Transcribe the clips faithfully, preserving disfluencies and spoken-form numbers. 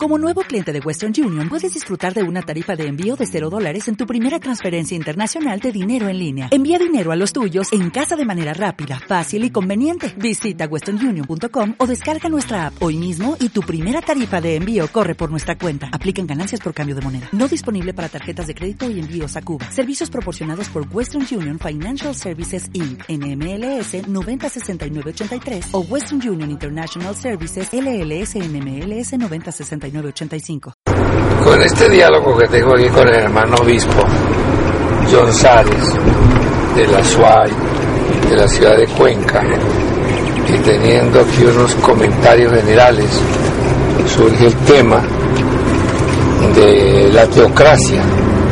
Como nuevo cliente de Western Union, puedes disfrutar de una tarifa de envío de cero dólares en tu primera transferencia internacional de dinero en línea. Envía dinero a los tuyos en casa de manera rápida, fácil y conveniente. Visita western union punto com o descarga nuestra app hoy mismo y tu primera tarifa de envío corre por nuestra cuenta. Aplican ganancias por cambio de moneda. No disponible para tarjetas de crédito y envíos a Cuba. Servicios proporcionados por Western Union Financial Services Incorporated, N M L S noventa sesenta y nueve ochenta y tres o Western Union International Services L L S N M L S noventa sesenta y nueve ochenta y cinco. Con este diálogo que tengo aquí con el hermano obispo John Sares de la S U A Y de la ciudad de Cuenca, y teniendo aquí unos comentarios generales, surge el tema de la teocracia.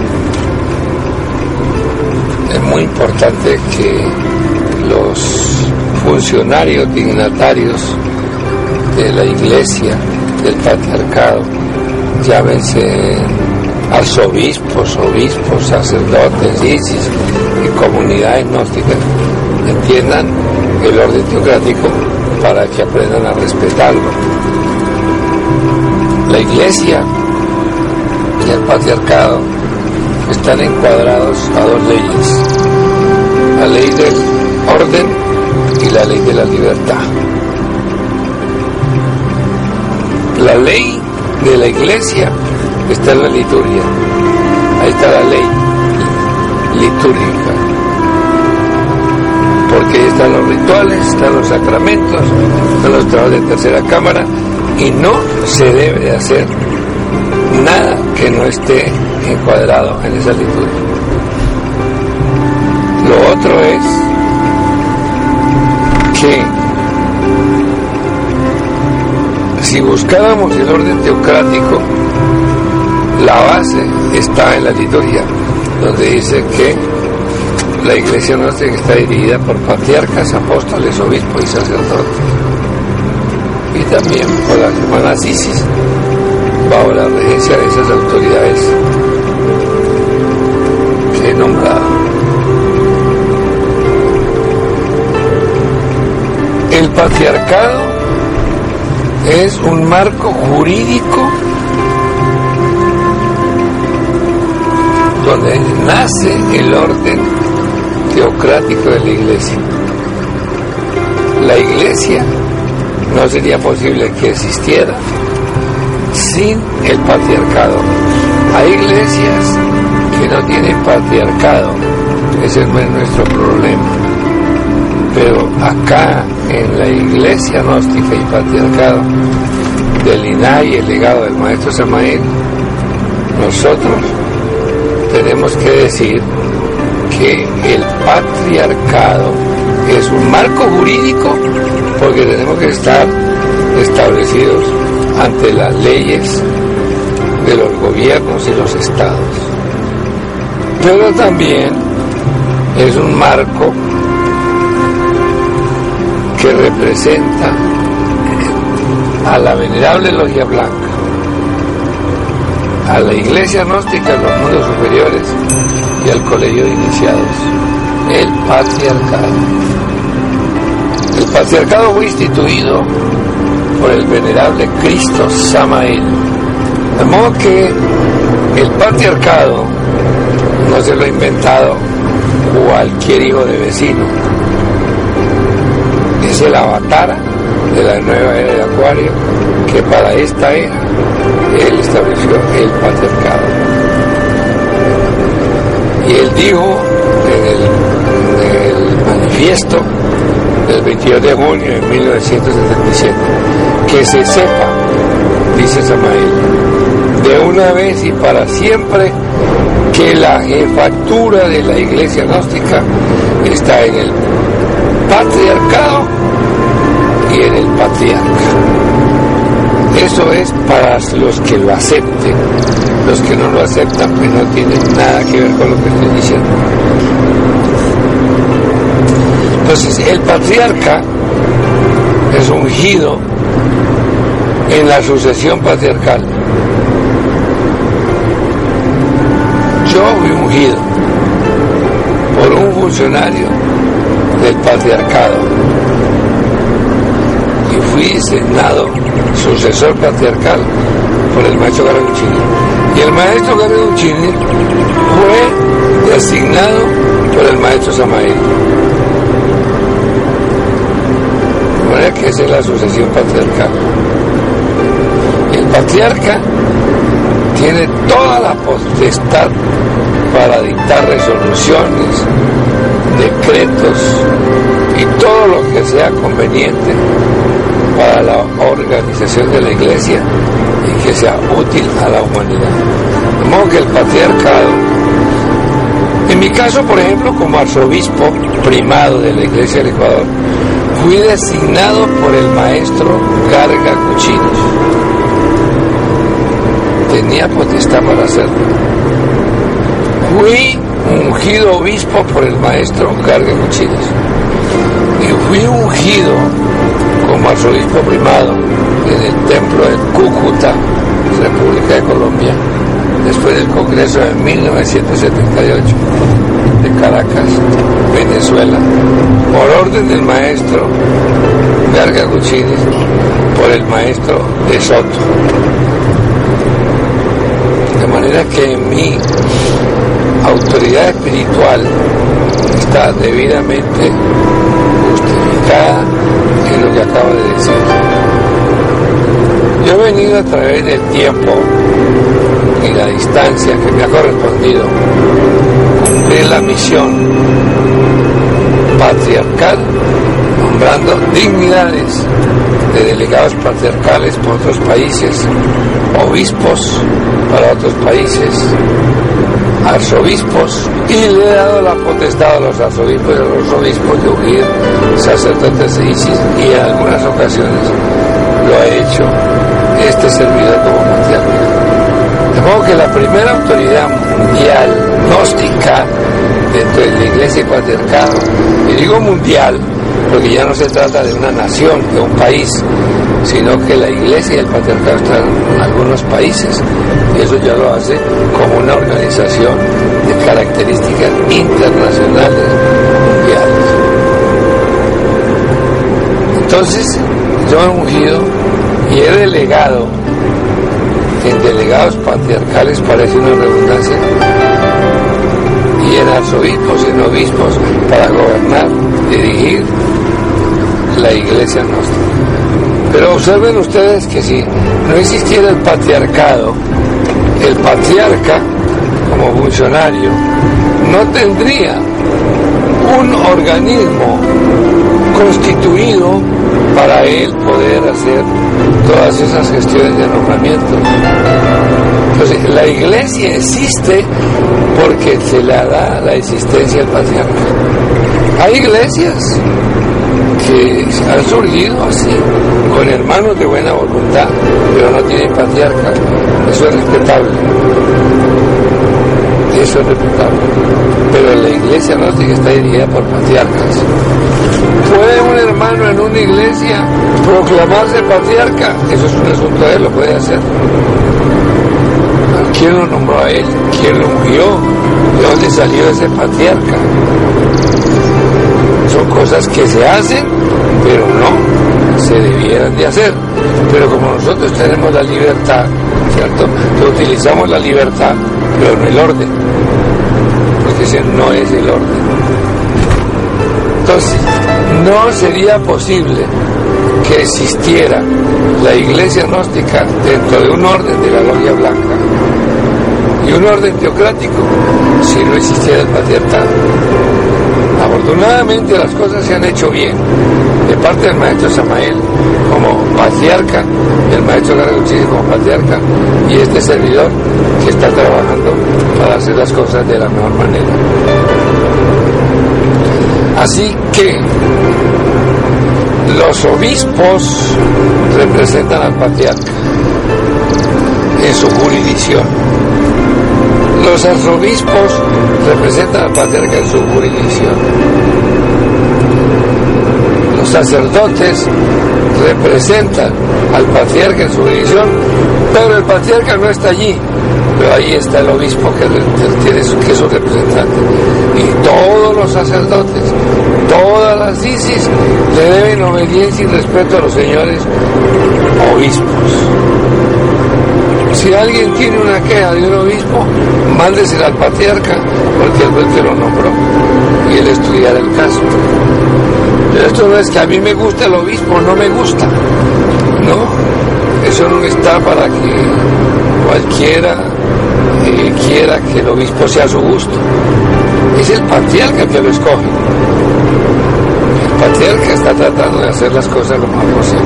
Es muy importante que los funcionarios dignatarios de la iglesia, del patriarcado, llámense arzobispos, obispos, sacerdotes, isis y comunidades gnósticas, entiendan el orden teocrático para que aprendan a respetarlo. La iglesia y el patriarcado están encuadrados a dos leyes: la ley del orden y la ley de la libertad. La ley de la iglesia está en la liturgia. Ahí está la ley litúrgica, porque ahí están los rituales, están los sacramentos, están los trabajos de tercera cámara, y no se debe de hacer nada que no esté encuadrado en esa liturgia. Lo otro es que si buscáramos el orden teocrático, la base está en la liturgia, donde dice que la iglesia nuestra está dividida por patriarcas, apóstoles, obispos y sacerdotes, y también por las hermanas Isis, bajo la regencia de esas autoridades que he nombrado. El patriarcado es un marco jurídico donde nace el orden teocrático de la iglesia. La iglesia no sería posible que existiera sin el patriarcado. Hay iglesias que no tienen patriarcado, ese no es nuestro problema. Pero acá en la iglesia gnóstica y patriarcado del I N A I y el legado del maestro Samael, nosotros tenemos que decir que el patriarcado es un marco jurídico, porque tenemos que estar establecidos ante las leyes de los gobiernos y los estados. Pero también es un marco que representa a la venerable logia blanca, a la iglesia gnóstica en los mundos superiores y al colegio de iniciados, el patriarcado. El patriarcado fue instituido por el venerable Cristo Samael, de modo que el patriarcado no se lo ha inventado cualquier hijo de vecino. Es el avatar de la nueva era de Acuario, que para esta era él estableció el patriarcado. Y él dijo en el, en el manifiesto del veintidós de junio de mil novecientos setenta y siete, que se sepa, dice Samael, de una vez y para siempre, que la jefatura de la iglesia gnóstica está en el patriarcado y en el patriarca. Eso es para los que lo acepten. Los que no lo aceptan, pues no tienen nada que ver con lo que estoy diciendo. Entonces, el patriarca es ungido en la sucesión patriarcal. Yo fui ungido por un funcionario del patriarcado y fui designado sucesor patriarcal por el maestro Garreguchini. Y el maestro Garreguchini fue designado por el maestro Samael. De manera que esa es la sucesión patriarcal. El patriarca tiene toda la potestad para dictar resoluciones, decretos y todo lo que sea conveniente para la organización de la iglesia y que sea útil a la humanidad. De modo que el patriarcado, en mi caso, por ejemplo, como arzobispo primado de la iglesia del Ecuador, fui designado por el maestro Garga Cuchillos. Tenía potestad para hacerlo. Fui ungido obispo por el maestro Garga Cuchillos. Y fui ungido como arzobispo primado en el templo de Cúcuta, República de Colombia, después del Congreso de mil novecientos setenta y ocho de Caracas, Venezuela, por orden del maestro Garga Cuchillos, por el maestro de Soto. De manera que mi autoridad espiritual está debidamente justificada en lo que acabo de decir. Yo he venido a través del tiempo y la distancia que me ha correspondido cumplir la misión patriarcal, nombrando dignidades de delegados patriarcales por otros países, obispos para otros países, arzobispos, y le he dado la potestad a los arzobispos y a los obispos de ungir sacerdotes de Isis, y en algunas ocasiones lo ha hecho este servidor como patriarca. De modo que la primera autoridad mundial gnóstica dentro de la iglesia y patriarcado, y digo mundial porque ya no se trata de una nación, de un país, sino que la iglesia y el patriarcado están en algunos países, y eso ya lo hace como una organización de características internacionales, mundiales. Entonces, yo he ungido y he delegado en delegados patriarcales, parece una redundancia, y en arzobispos y en obispos para gobernar, dirigir la iglesia nuestra. Pero observen ustedes que si no existiera el patriarcado, el patriarca como funcionario no tendría un organismo constituido para él poder hacer todas esas gestiones de nombramiento. Entonces, la iglesia existe porque se le da la existencia al patriarca. Hay iglesias que han surgido así, con hermanos de buena voluntad, pero no tienen patriarca. Eso es respetable. Eso es respetable. Pero la iglesia gnóstica está dirigida por patriarcas. ¿Puede un hermano en una iglesia proclamarse patriarca? Eso es un asunto de él, lo puede hacer. ¿Quién lo nombró a él? ¿Quién lo ungió? ¿De dónde salió ese patriarca? Son cosas que se hacen, pero no se debieran de hacer. Pero como nosotros tenemos la libertad, ¿cierto? Entonces utilizamos la libertad, pero no el orden, porque ese no es el orden. Entonces, no sería posible que existiera la iglesia gnóstica dentro de un orden de la logia blanca y un orden teocrático si no existiera el patriarcado. Afortunadamente las cosas se han hecho bien de parte del maestro Samael como patriarca, del maestro Garreguchini como patriarca, y este servidor que está trabajando para hacer las cosas de la mejor manera. Así que los obispos representan al patriarca en su jurisdicción. Los arzobispos representan al patriarca en su jurisdicción. Los sacerdotes representan al patriarca en su jurisdicción, pero el patriarca no está allí. Pero ahí está el obispo que tiene su, que es su representante. Y todos los sacerdotes, todas las isis le deben obediencia y respeto a los señores obispos. Si alguien tiene una queja de un obispo, mándesela al patriarca, porque él fue el que lo nombró y él estudiará el caso. Pero esto no es que a mí me gusta el obispo, no me gusta. No, eso no está para que cualquiera eh, quiera que el obispo sea a su gusto. Es el patriarca que lo escoge. El patriarca está tratando de hacer las cosas lo más posible.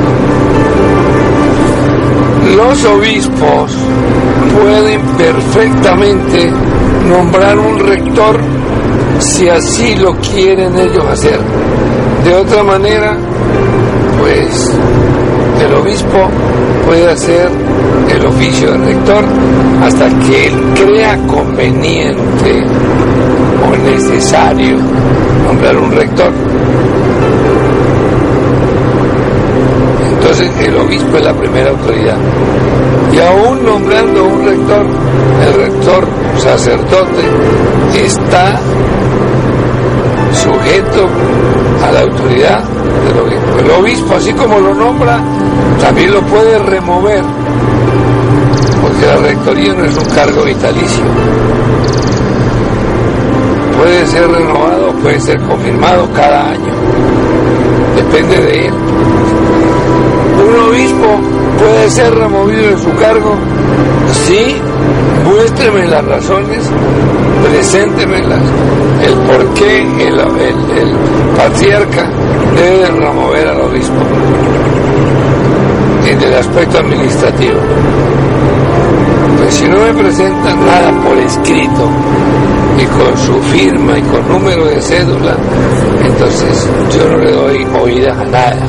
Los obispos pueden perfectamente nombrar un rector si así lo quieren ellos hacer. De otra manera, pues el obispo puede hacer el oficio de rector hasta que él crea conveniente o necesario nombrar un rector. Entonces el obispo es la primera autoridad. Y aún nombrando un rector, el rector sacerdote está sujeto a la autoridad del obispo. El obispo, así como lo nombra, también lo puede remover, porque la rectoría no es un cargo vitalicio. Puede ser renovado, puede ser confirmado cada año, depende de él. Un obispo puede ser removido de su cargo, sí, muéstreme las razones, preséntemelas, el por qué el, el, el patriarca debe remover al obispo en el aspecto administrativo. Pues si no me presentan nada por escrito y con su firma y con número de cédula, entonces yo no le doy oídas a nada.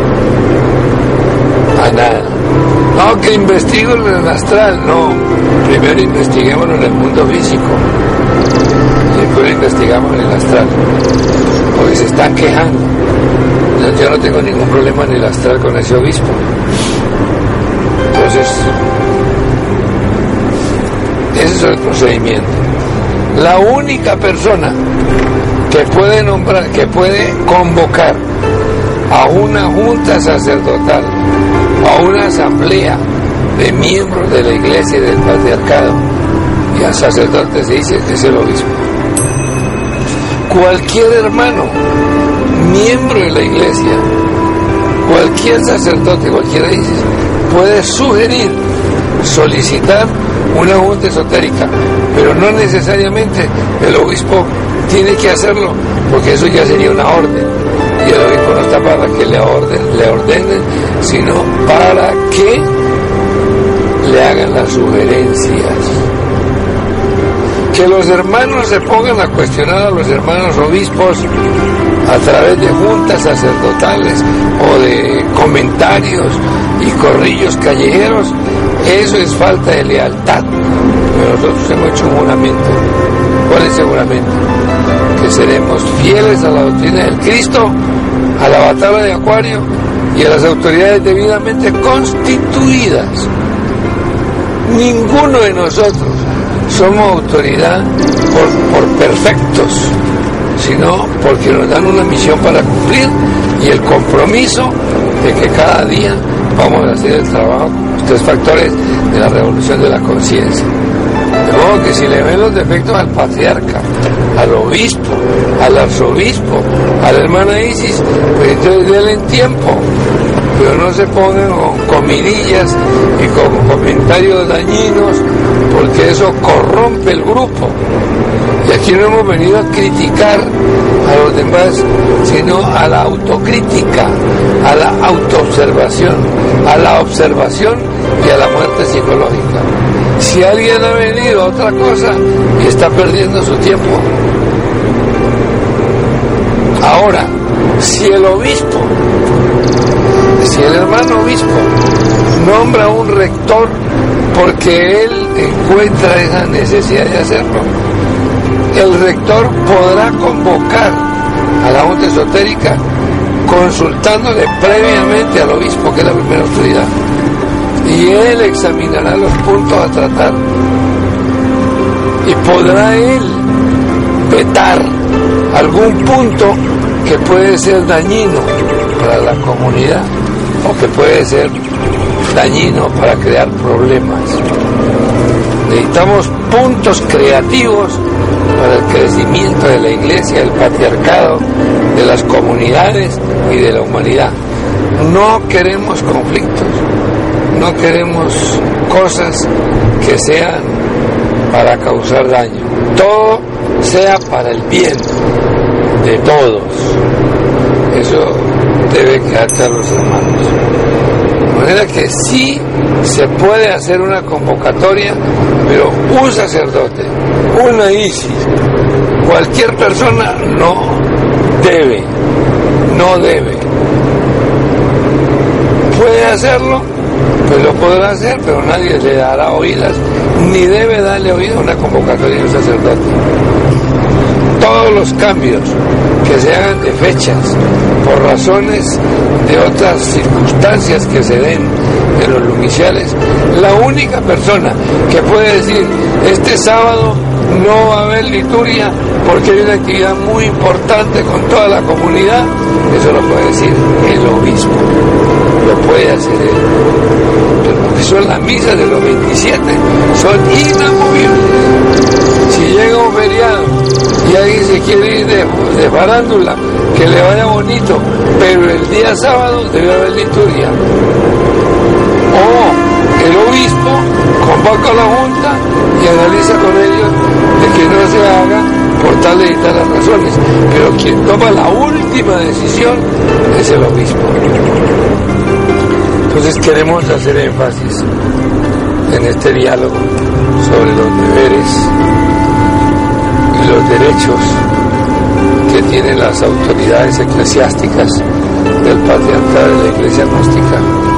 A nada. No, que investigo en el astral, no. Primero investiguemos en el mundo físico. Y después investigamos en el astral. Porque se están quejando. Yo no tengo ningún problema en el astral con ese obispo. Entonces, ese es el procedimiento. La única persona que puede nombrar, que puede convocar a una junta sacerdotal, a una asamblea de miembros de la iglesia y del patriarcado, y al sacerdote se dice que es el obispo. Cualquier hermano, miembro de la iglesia, cualquier sacerdote, cualquiera dice, puede sugerir, solicitar una junta esotérica, pero no necesariamente el obispo tiene que hacerlo, porque eso ya sería una orden. Y el obispo no está para que le, orden, le ordenen, sino para que le hagan las sugerencias. Que los hermanos se pongan a cuestionar a los hermanos obispos a través de juntas sacerdotales o de comentarios y corrillos callejeros, eso es falta de lealtad. Pero nosotros hemos hecho un juramento. ¿Cuál es ese juramento? Que seremos fieles a la doctrina del Cristo, a la batalla de Acuario y a las autoridades debidamente constituidas. Ninguno de nosotros somos autoridad por, por perfectos, sino porque nos dan una misión para cumplir y el compromiso de que cada día vamos a hacer el trabajo con los tres factores de la revolución de la conciencia. De modo que si le ven los defectos al patriarca, al obispo, al arzobispo, a la hermana Isis, pues entonces denle tiempo, pero no se pongan con comidillas y con comentarios dañinos, porque eso corrompe el grupo. Y aquí no hemos venido a criticar a los demás, sino a la autocrítica, a la autoobservación, a la observación y a la muerte psicológica. Si alguien ha venido a otra cosa y está perdiendo su tiempo. Ahora, si el obispo, si el hermano obispo nombra un rector porque él encuentra esa necesidad de hacerlo, el rector podrá convocar a la junta esotérica consultándole previamente al obispo, que es la primera autoridad, y él examinará los puntos a tratar y podrá él vetar algún punto que puede ser dañino para la comunidad o que puede ser dañino para crear problemas. buscamos puntos creativos para el crecimiento de la iglesia, del patriarcado, de las comunidades y de la humanidad. No queremos conflictos, no queremos cosas que sean para causar daño. Todo sea para el bien de todos. Eso debe quedar claro, los hermanos. De manera que sí se puede hacer una convocatoria, pero un sacerdote, una ISIS, cualquier persona no debe, no debe. Puede hacerlo, pues lo podrá hacer, pero nadie le dará oídas, ni debe darle oído a una convocatoria de un sacerdote. Todos los cambios que se hagan de fechas por razones de otras circunstancias que se den en los lumiciales, la única persona que puede decir este sábado no va a haber liturgia porque hay una actividad muy importante con toda la comunidad, eso lo puede decir el obispo, lo puede hacer él. Pero lo que son las misas de los veintisiete son inamovibles. Si llega un feriado y alguien se quiere ir de, de farándula, que le vaya bonito, pero el día sábado debe haber liturgia. O el obispo convoca a la junta y analiza con ellos de que no se haga por tal y tales razones, pero quien toma la última decisión es el obispo. Entonces queremos hacer énfasis en este diálogo sobre los deberes y los derechos que tienen las autoridades eclesiásticas del patriarcado de la Iglesia Gnóstica.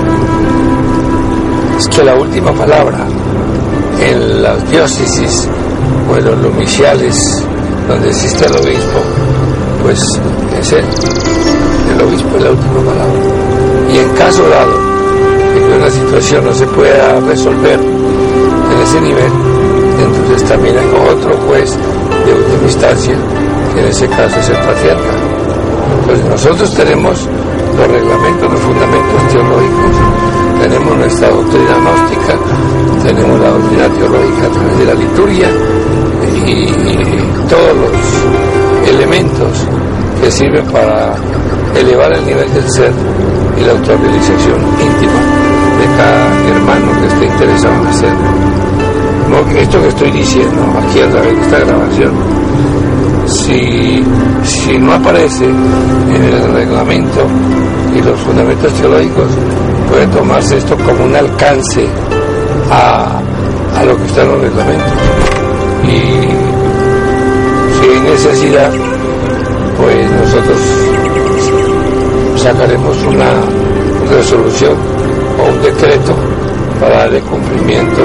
Es que la última palabra en las diócesis o en los lumiciales donde existe el obispo, pues es él, el obispo es la última palabra. Y en caso dado de que una situación no se pueda resolver en ese nivel, entonces también hay otro juez de última instancia, que en ese caso es el patriarca. Pues nosotros tenemos los reglamentos, los fundamentos teológicos, tenemos nuestra doctrina gnóstica, tenemos la doctrina teológica a través de la liturgia y todos los elementos que sirven para elevar el nivel del ser y la autorrealización íntima de cada hermano que esté interesado en hacerlo. No, esto que estoy diciendo aquí a través de esta grabación, si, si no aparece en el reglamento y los fundamentos teológicos, puede tomarse esto como un alcance a, a lo que está en los reglamentos. Y si hay necesidad, pues nosotros sacaremos una resolución o un decreto para darle cumplimiento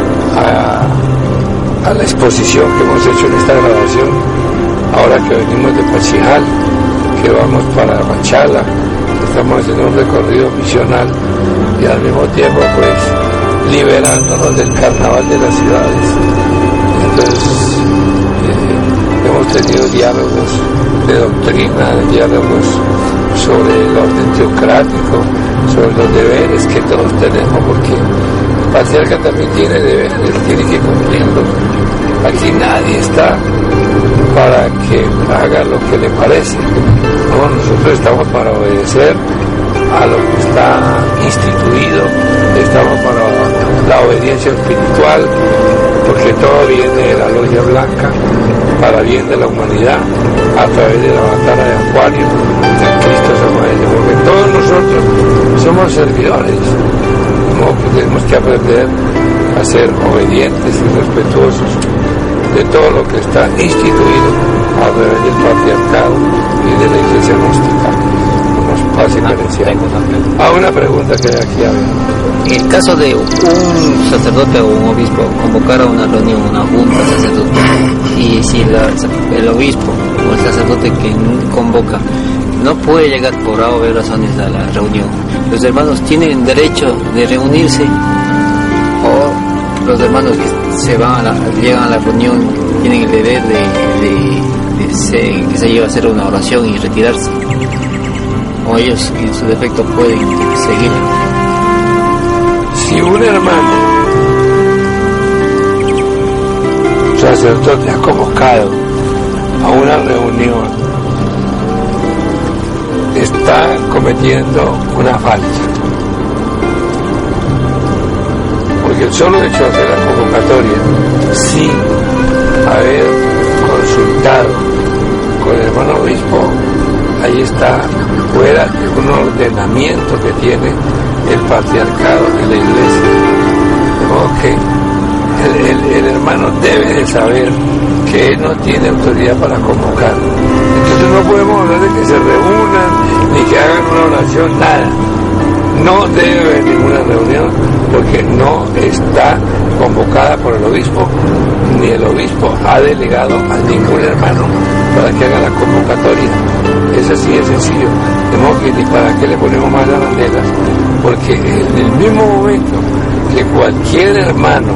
a, a la exposición que hemos hecho en esta grabación, ahora que venimos de Pachijal, que vamos para Machala, estamos haciendo un recorrido misional y al mismo tiempo pues liberándonos del carnaval de las ciudades. Entonces eh, hemos tenido diálogos de doctrina, diálogos sobre el orden teocrático, sobre los deberes que todos tenemos, porque el patriarca también tiene deberes, tiene que cumplirlos. Aquí nadie está para que haga lo que le parece. No, nosotros estamos para obedecer a lo que está instituido, estamos para la obediencia espiritual, porque todo viene de la logia blanca, para bien de la humanidad, a través de la batalla de Acuario, de Cristo Samuel, porque todos nosotros somos servidores, ¿no? Que tenemos que aprender a ser obedientes y respetuosos de todo lo que está instituido a través del patriarcado y de la Iglesia Gnóstica. Nos pase diferencial. Ah, una pregunta que hay aquí. A ver. En el caso de un sacerdote o un obispo convocar a una reunión, una junta sacerdotal, y si la, el obispo o el sacerdote que convoca no puede llegar por A o B razones a la reunión, los hermanos tienen derecho de reunirse, o los hermanos que se van a la, llegan a la reunión tienen el deber de, de, de ser, que se lleva a hacer una oración y retirarse, o ellos en su defecto pueden seguir. Si un hermano sacerdote ha convocado a una reunión está cometiendo una falta, porque el solo hecho de hacer la convocatoria sin haber consultado con el hermano obispo, ahí está fuera de un ordenamiento que tiene el patriarcado de la iglesia. De modo que el, el, el hermano debe de saber que él no tiene autoridad para convocar. Entonces no podemos hablar de que se reúnan ni que hagan una oración, nada. No debe haber ninguna reunión porque no está convocada por el obispo, ni el obispo ha delegado a ningún hermano para que haga la convocatoria. Es así de sencillo. De modo que ni para qué le ponemos más arandelas, porque en el mismo momento que cualquier hermano,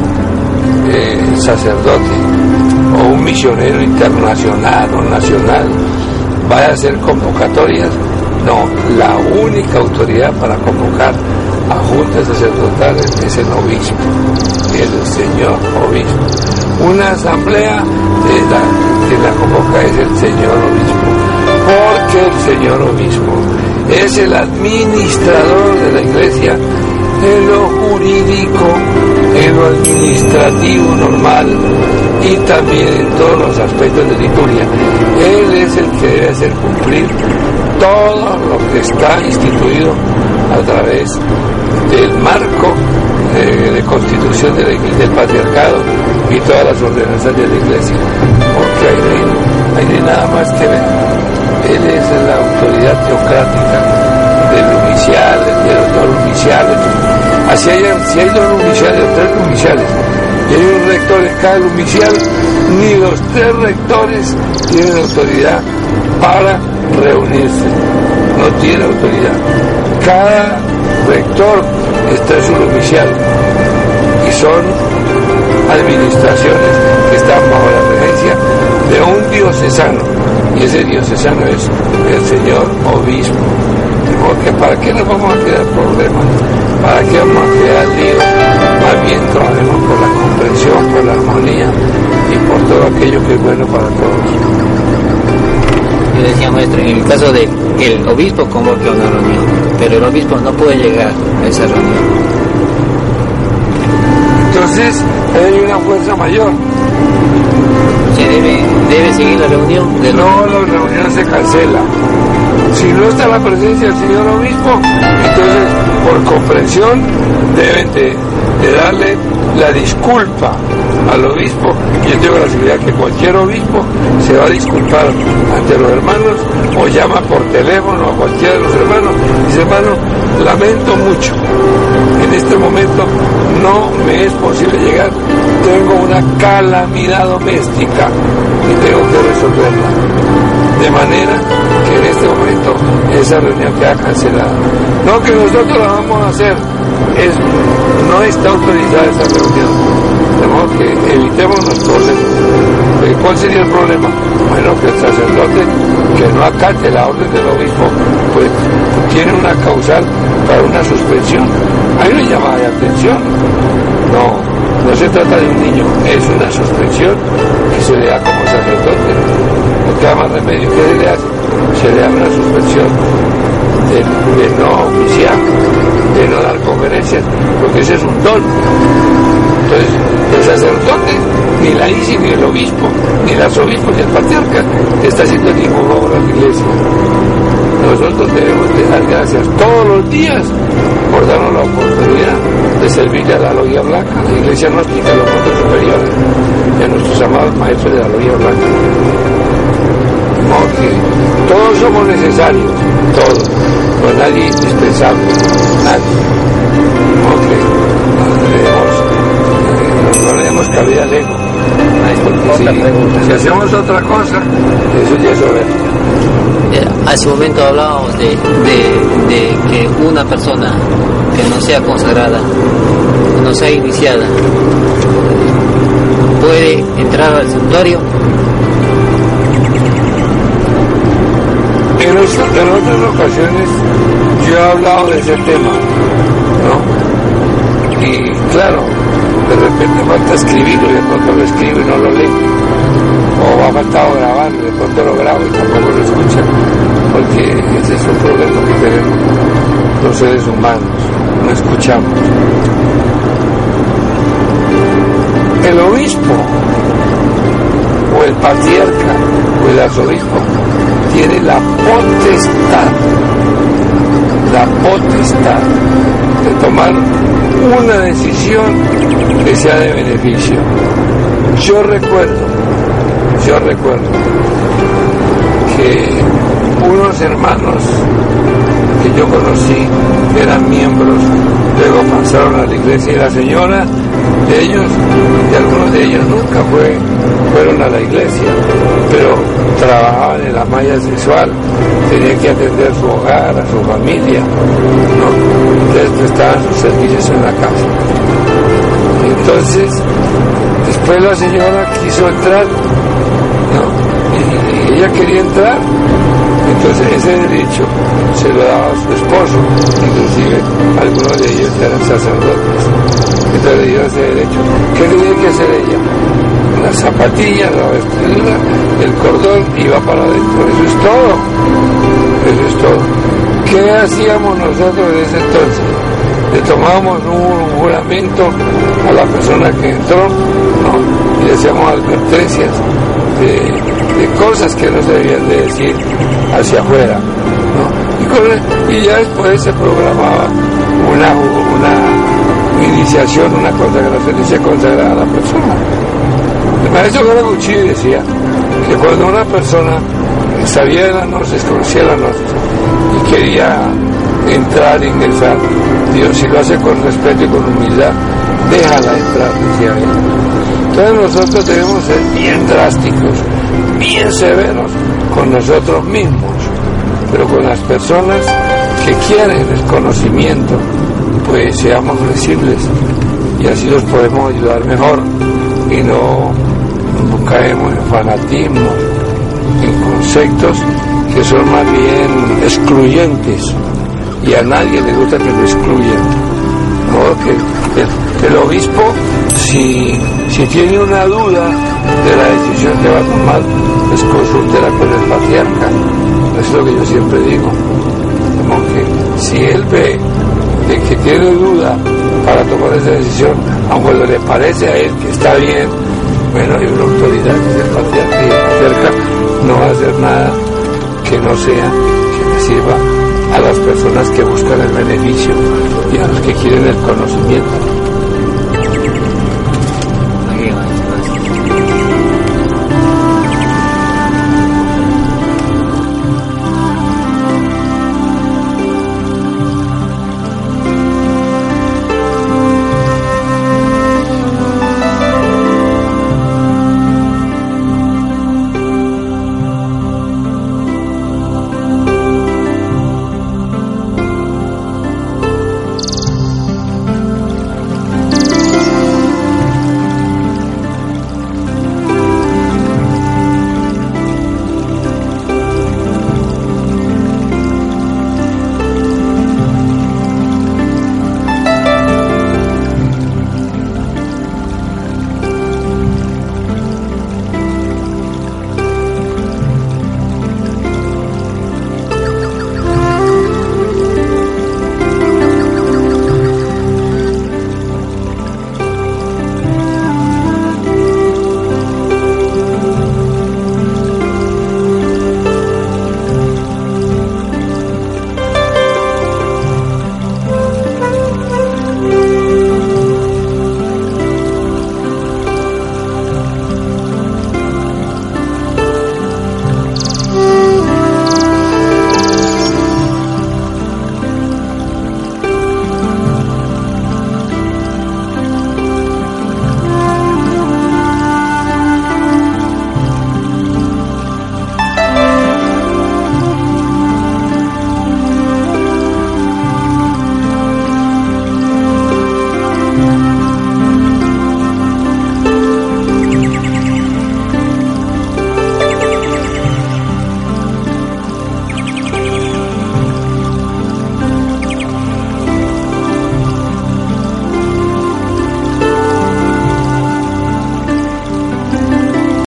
eh, sacerdote o un misionero internacional o nacional vaya a hacer convocatorias, no, la única autoridad para convocar a juntas sacerdotales es el obispo, el señor obispo. Una asamblea de la, que la convoca es el señor obispo, porque el señor obispo es el administrador de la iglesia en lo jurídico, en lo administrativo normal y también en todos los aspectos de liturgia. Él es el que debe hacer cumplir todo lo que está instituido a través del marco eh, de constitución de la iglesia, del patriarcado y todas las ordenanzas de la iglesia, porque ahí no hay ni nada más que ver. Él es la autoridad teocrática del oficial, de los dos oficiales. Así hay, si hay dos oficiales o tres oficiales y hay un rector en cada oficial, ni los tres rectores tienen autoridad para reunirse, no tiene autoridad. Cada rector está en su oficial y son administraciones que están bajo la regencia de un diocesano, y ese diocesano es el señor obispo. Porque ¿para qué nos vamos a crear problemas? ¿Para qué vamos a crear líos? Más bien trabajemos por la comprensión, por la armonía y por todo aquello que es bueno para todos. Yo decía, maestro, en el caso de que el obispo convoque una reunión, pero el obispo no puede llegar a esa reunión. Entonces hay una fuerza mayor. Se debe, debe seguir la reunión. De no, la reunión se cancela. Si no está la presencia del señor obispo, entonces por comprensión deben de, de darle la disculpa al obispo. Yo tengo la seguridad que cualquier obispo se va a disculpar ante los hermanos o llama por teléfono a cualquiera de los hermanos y dice: hermano, lamento mucho, en este momento no me es posible llegar, tengo una calamidad doméstica y tengo que resolverla, de manera que en este momento esa reunión queda cancelada. No que nosotros la vamos a hacer, es, no está autorizada esa reunión, de modo que evitemos los problemas. ¿Cuál sería el problema? Bueno, que el sacerdote que no acate la orden del obispo, pues tiene una causal para una suspensión. Hay una llamada de atención. No, no se trata de un niño, es una suspensión que se le da como sacerdote. No queda más remedio. ¿Qué se le hace? Se le da una suspensión de, de no oficiar, de no dar conferencias, porque ese es un don. Entonces, el sacerdote, ni la I C I, ni el obispo, ni las obispos, ni el patriarca está haciendo ningún favor a la iglesia. Nosotros debemos de dar gracias todos los días por darnos la oportunidad de servirle a la logia blanca, la iglesia gnóstica, a los mundos superiores, y a nuestros amados maestros de la logia blanca. Porque todos somos necesarios, todos, pues nadie es indispensable, nadie. Porque no debemos, no le demos cabida al ego. Si, si hacemos otra cosa, eso ya es soberbia. Hace un momento hablábamos de, de, de que una persona que no sea consagrada, no sea iniciada, puede entrar al santuario. En, los, en otras ocasiones yo he hablado de ese tema, ¿no? Y claro, de repente falta escribirlo y de pronto lo escribo y no lo leo, o ha faltado grabarlo, de pronto lo grabo y tampoco lo escuchan, porque ese es un problema que tenemos los seres humanos, no escuchamos. El obispo o el patriarca o el arzobispo tiene la potestad, la potestad de tomar una decisión que sea de beneficio. Yo recuerdo, yo recuerdo que unos hermanos que yo conocí eran miembros, luego pasaron a la iglesia y la señora de ellos, y algunos de ellos nunca fue, fueron a la iglesia, pero trabajaban en la malla sexual, tenían que atender su hogar, a su familia, ¿no? Entonces prestaban sus servicios en la casa. Entonces, después la señora quiso entrar, ¿no? Y, y ella quería entrar, entonces ese derecho se lo daba a su esposo, inclusive algunos de ellos eran sacerdotes. Entonces le dio ese derecho. ¿Qué tenía que hacer ella? Las zapatillas, la vestidura, el cordón, iba para adentro. Eso es todo. Eso es todo. ¿Qué hacíamos nosotros en ese entonces? Le tomábamos un juramento a la persona que entró, ¿no? Y le hacíamos advertencias de, de cosas que no se debían de decir hacia afuera, ¿no? Y, con, y ya después se programaba una, una iniciación, una consagración, y se consagraba a la persona. El maestro Garaguchi decía que cuando una persona sabía de las noches, conocía las noches y quería entrar, ingresar, Dios, si lo hace con respeto y con humildad, déjala entrar, decía él. Entonces nosotros debemos ser bien drásticos, bien severos con nosotros mismos, pero con las personas que quieren el conocimiento, pues seamos flexibles y así los podemos ayudar mejor y no caemos en fanatismo, en conceptos que son más bien excluyentes y a nadie le gusta que lo excluyan, ¿no? Que el, el obispo, si, si tiene una duda de la decisión que va a tomar, pues consúltela con el patriarca. Eso es lo que yo siempre digo, como que si él ve de que tiene duda para tomar esa decisión, aunque le parece a él que está bien, bueno, hay una autoridad que es el patriarca, y el patriarca no va a hacer nada que no sea que le sirva a las personas que buscan el beneficio y a los que quieren el conocimiento.